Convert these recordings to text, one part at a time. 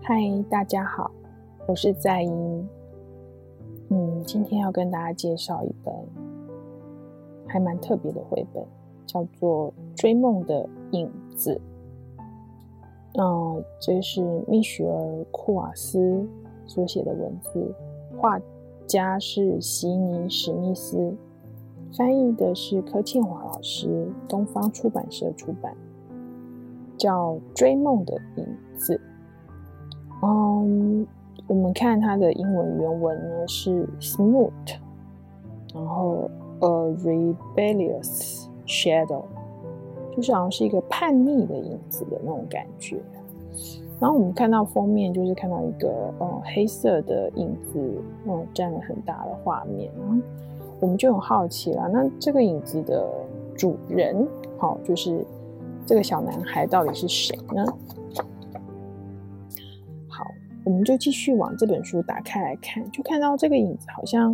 嗨，大家好，我是在英。今天要跟大家介绍一本还蛮特别的绘本，叫做《追梦的影子》。这是蜜雪儿·库瓦斯所写的文字，画家是席尼·史密斯，翻译的是柯倩华老师，东方出版社出版，叫《追梦的影子》。我们看它的英文原文呢是 smooth， 然后 a rebellious shadow， 就是好像是一个叛逆的影子的那种感觉。然后我们看到封面就是看到一个黑色的影子，占了很大的画面，我们就很好奇啦，那这个影子的主人，就是这个小男孩到底是谁呢？我们就继续往这本书打开来看，就看到这个影子好像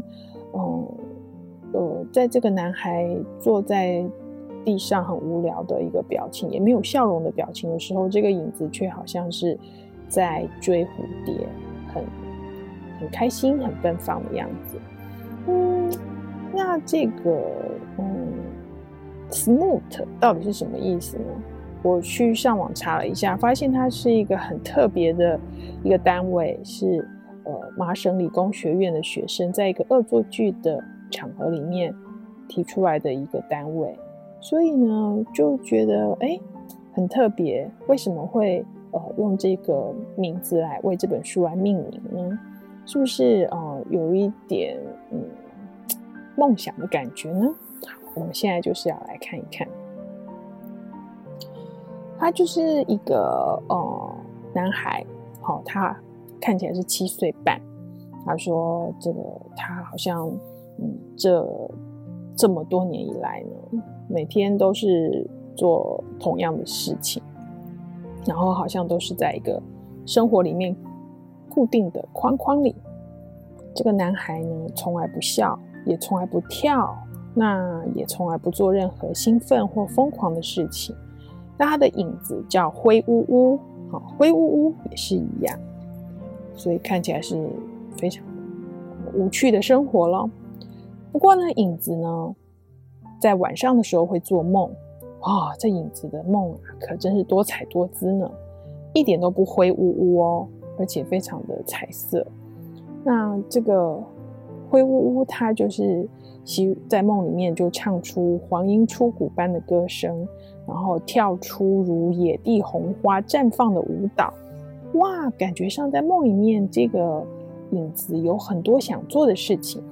在这个男孩坐在地上很无聊的一个表情，也没有笑容的表情的时候，这个影子却好像是在追蝴蝶，很开心很奔放的样子。那这个smooth 到底是什么意思呢？我去上网查了一下，发现它是一个很特别的一个单位，是麻省理工学院的学生在一个恶作剧的场合里面提出来的一个单位，所以呢就觉得很特别，为什么会用这个名字来为这本书来命名呢？是不是有一点梦想的感觉呢？好，我们现在就是要来看一看。他就是一个男孩，他看起来是7岁半。他说他好像这么多年以来呢，每天都是做同样的事情，然后好像都是在一个生活里面固定的框框里。这个男孩呢，从来不笑，也从来不跳，那也从来不做任何兴奋或疯狂的事情。那它的影子叫灰屋屋，灰屋屋也是一样，所以看起来是非常无趣的生活咯。不过呢，影子呢，在晚上的时候会做梦，这影子的梦可真是多彩多姿呢，一点都不灰屋屋哦，而且非常的彩色。那这个灰屋屋，它就是在梦里面就唱出黄莺出谷般的歌声，然后跳出如野地红花绽放的舞蹈。哇，感觉上在梦里面这个影子有很多想做的事情。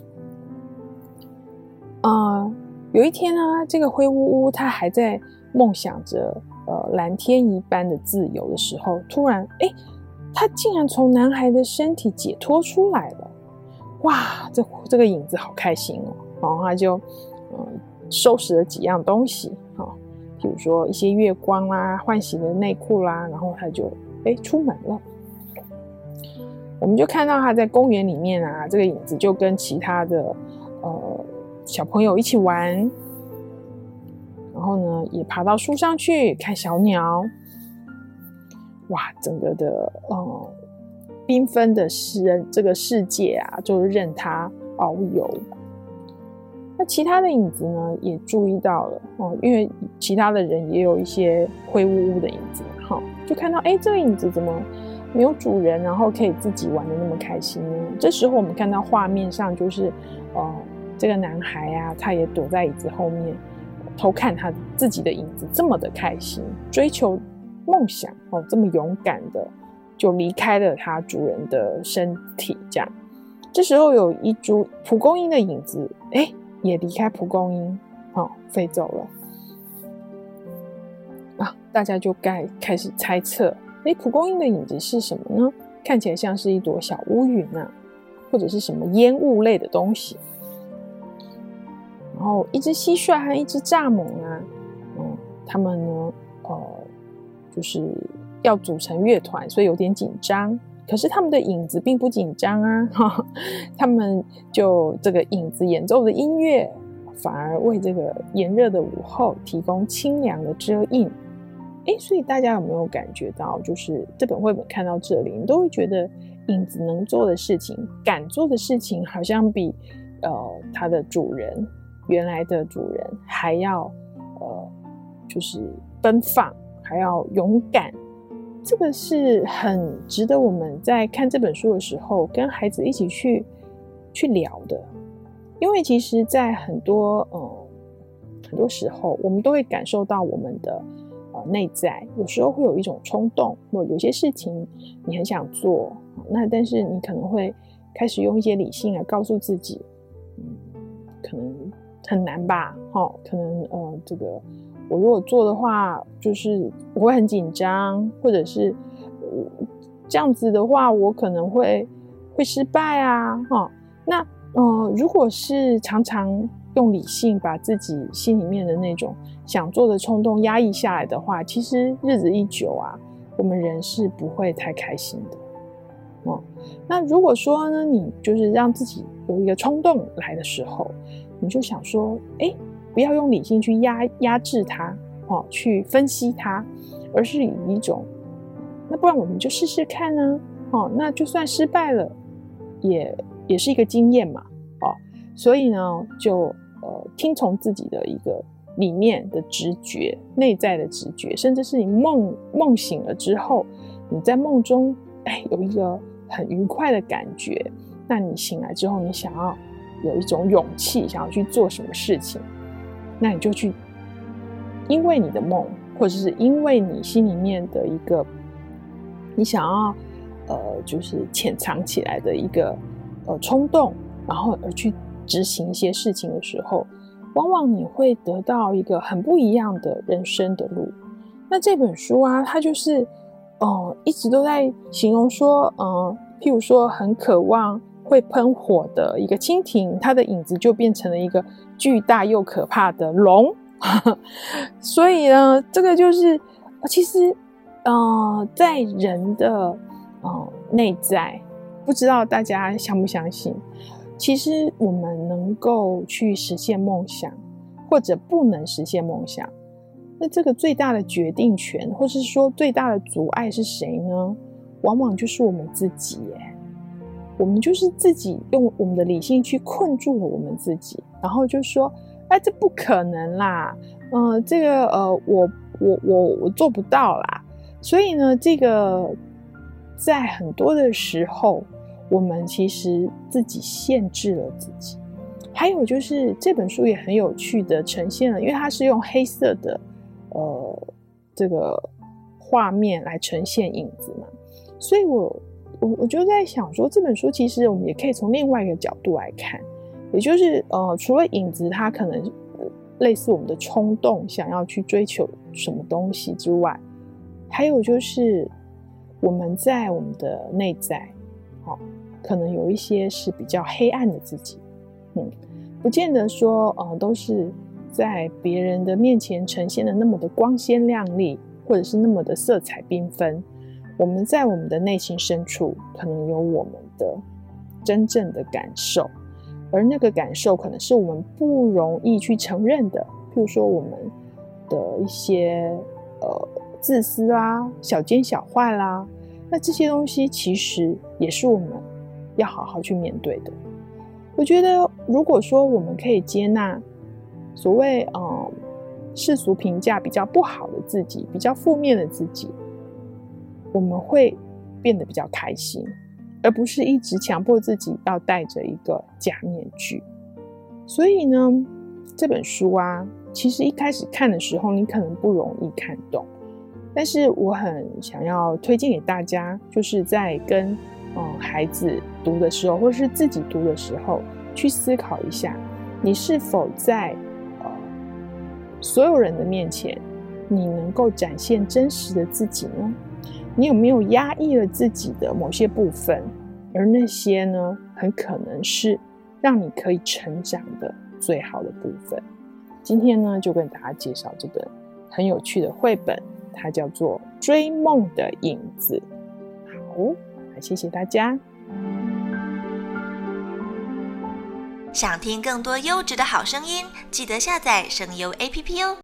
有一天呢，这个灰屋屋他还在梦想着蓝天一般的自由的时候，突然他竟然从男孩的身体解脱出来了。哇，这个影子好开心哦！然后他就收拾了几样东西，比如说一些月光啦、换洗的内裤啦，然后他就出门了。我们就看到他在公园里面啊，这个影子就跟其他的小朋友一起玩，然后呢也爬到树上去看小鸟。哇，整个的缤纷的这个世界啊，就是任他遨游。那其他的影子呢，也注意到了因为其他的人也有一些灰屋屋的影子，就看到这个影子怎么没有主人，然后可以自己玩得那么开心呢？这时候我们看到画面上就是这个男孩啊，他也躲在椅子后面偷看他自己的影子，这么的开心，追求梦想这么勇敢的就离开了他主人的身体。这时候有一株蒲公英的影子也离开蒲公英飞走了。大家就开始猜测蒲公英的影子是什么呢？看起来像是一朵小乌云啊，或者是什么烟雾类的东西。然后一只蟋蟀和一只蚱蜢啊，他们呢就是要组成乐团，所以有点紧张。可是他们的影子并不紧张啊，他们就这个影子演奏的音乐，反而为这个炎热的午后提供清凉的遮荫。 所以大家有没有感觉到，就是这本绘本看到这里，你都会觉得影子能做的事情、敢做的事情，好像比它的主人原来的主人还要就是奔放，还要勇敢。这个是很值得我们在看这本书的时候跟孩子一起去聊的。因为其实在很多时候我们都会感受到我们的内在有时候会有一种冲动，或有些事情你很想做，那但是你可能会开始用一些理性来告诉自己可能很难吧，可能这个我如果做的话就是我会很紧张，或者是这样子的话我可能会失败啊。那如果是常常用理性把自己心里面的那种想做的冲动压抑下来的话，其实日子一久啊，我们人是不会太开心的。那如果说呢，你就是让自己有一个冲动来的时候，你就想说不要用理性去压制它，去分析它，而是以一种那不然我们就试试看啊，那就算失败了也是一个经验嘛，所以呢就听从自己的一个里面的直觉，内在的直觉，甚至是你梦醒了之后，你在梦中有一个很愉快的感觉，那你醒来之后你想要有一种勇气想要去做什么事情，那你就去因为你的梦，或者是因为你心里面的一个你想要就是潜藏起来的一个冲动，然后而去执行一些事情的时候，往往你会得到一个很不一样的人生的路。那这本书啊，它就是一直都在形容说譬如说很渴望会喷火的一个蜻蜓，它的影子就变成了一个巨大又可怕的龙所以呢这个就是其实在人的内在，不知道大家相不相信，其实我们能够去实现梦想或者不能实现梦想，那这个最大的决定权或是说最大的阻碍是谁呢？往往就是我们自己耶。我们就是自己用我们的理性去困住了我们自己，然后就说这不可能啦，这个我做不到啦。所以呢这个在很多的时候我们其实自己限制了自己。还有就是这本书也很有趣的呈现了，因为它是用黑色的这个画面来呈现影子嘛，所以我就在想说，这本书其实我们也可以从另外一个角度来看，也就是除了影子它可能类似我们的冲动想要去追求什么东西之外，还有就是我们在我们的内在可能有一些是比较黑暗的自己，不见得说都是在别人的面前呈现的那么的光鲜亮丽，或者是那么的色彩缤纷。我们在我们的内心深处可能有我们的真正的感受，而那个感受可能是我们不容易去承认的，譬如说我们的一些自私啦、小奸小坏啦，那这些东西其实也是我们要好好去面对的。我觉得如果说我们可以接纳所谓世俗评价比较不好的自己，比较负面的自己，我们会变得比较开心，而不是一直强迫自己要戴着一个假面具。所以呢这本书啊，其实一开始看的时候你可能不容易看懂，但是我很想要推荐给大家，就是在跟孩子读的时候，或是自己读的时候，去思考一下，你是否在所有人的面前，你能够展现真实的自己呢？你有没有压抑了自己的某些部分？而那些呢，很可能是让你可以成长的最好的部分。今天呢，就跟大家介绍这本很有趣的绘本，它叫做《追梦的影子》。好，谢谢大家。 想听更多优质的好声音，记得下载声优 APP 哦。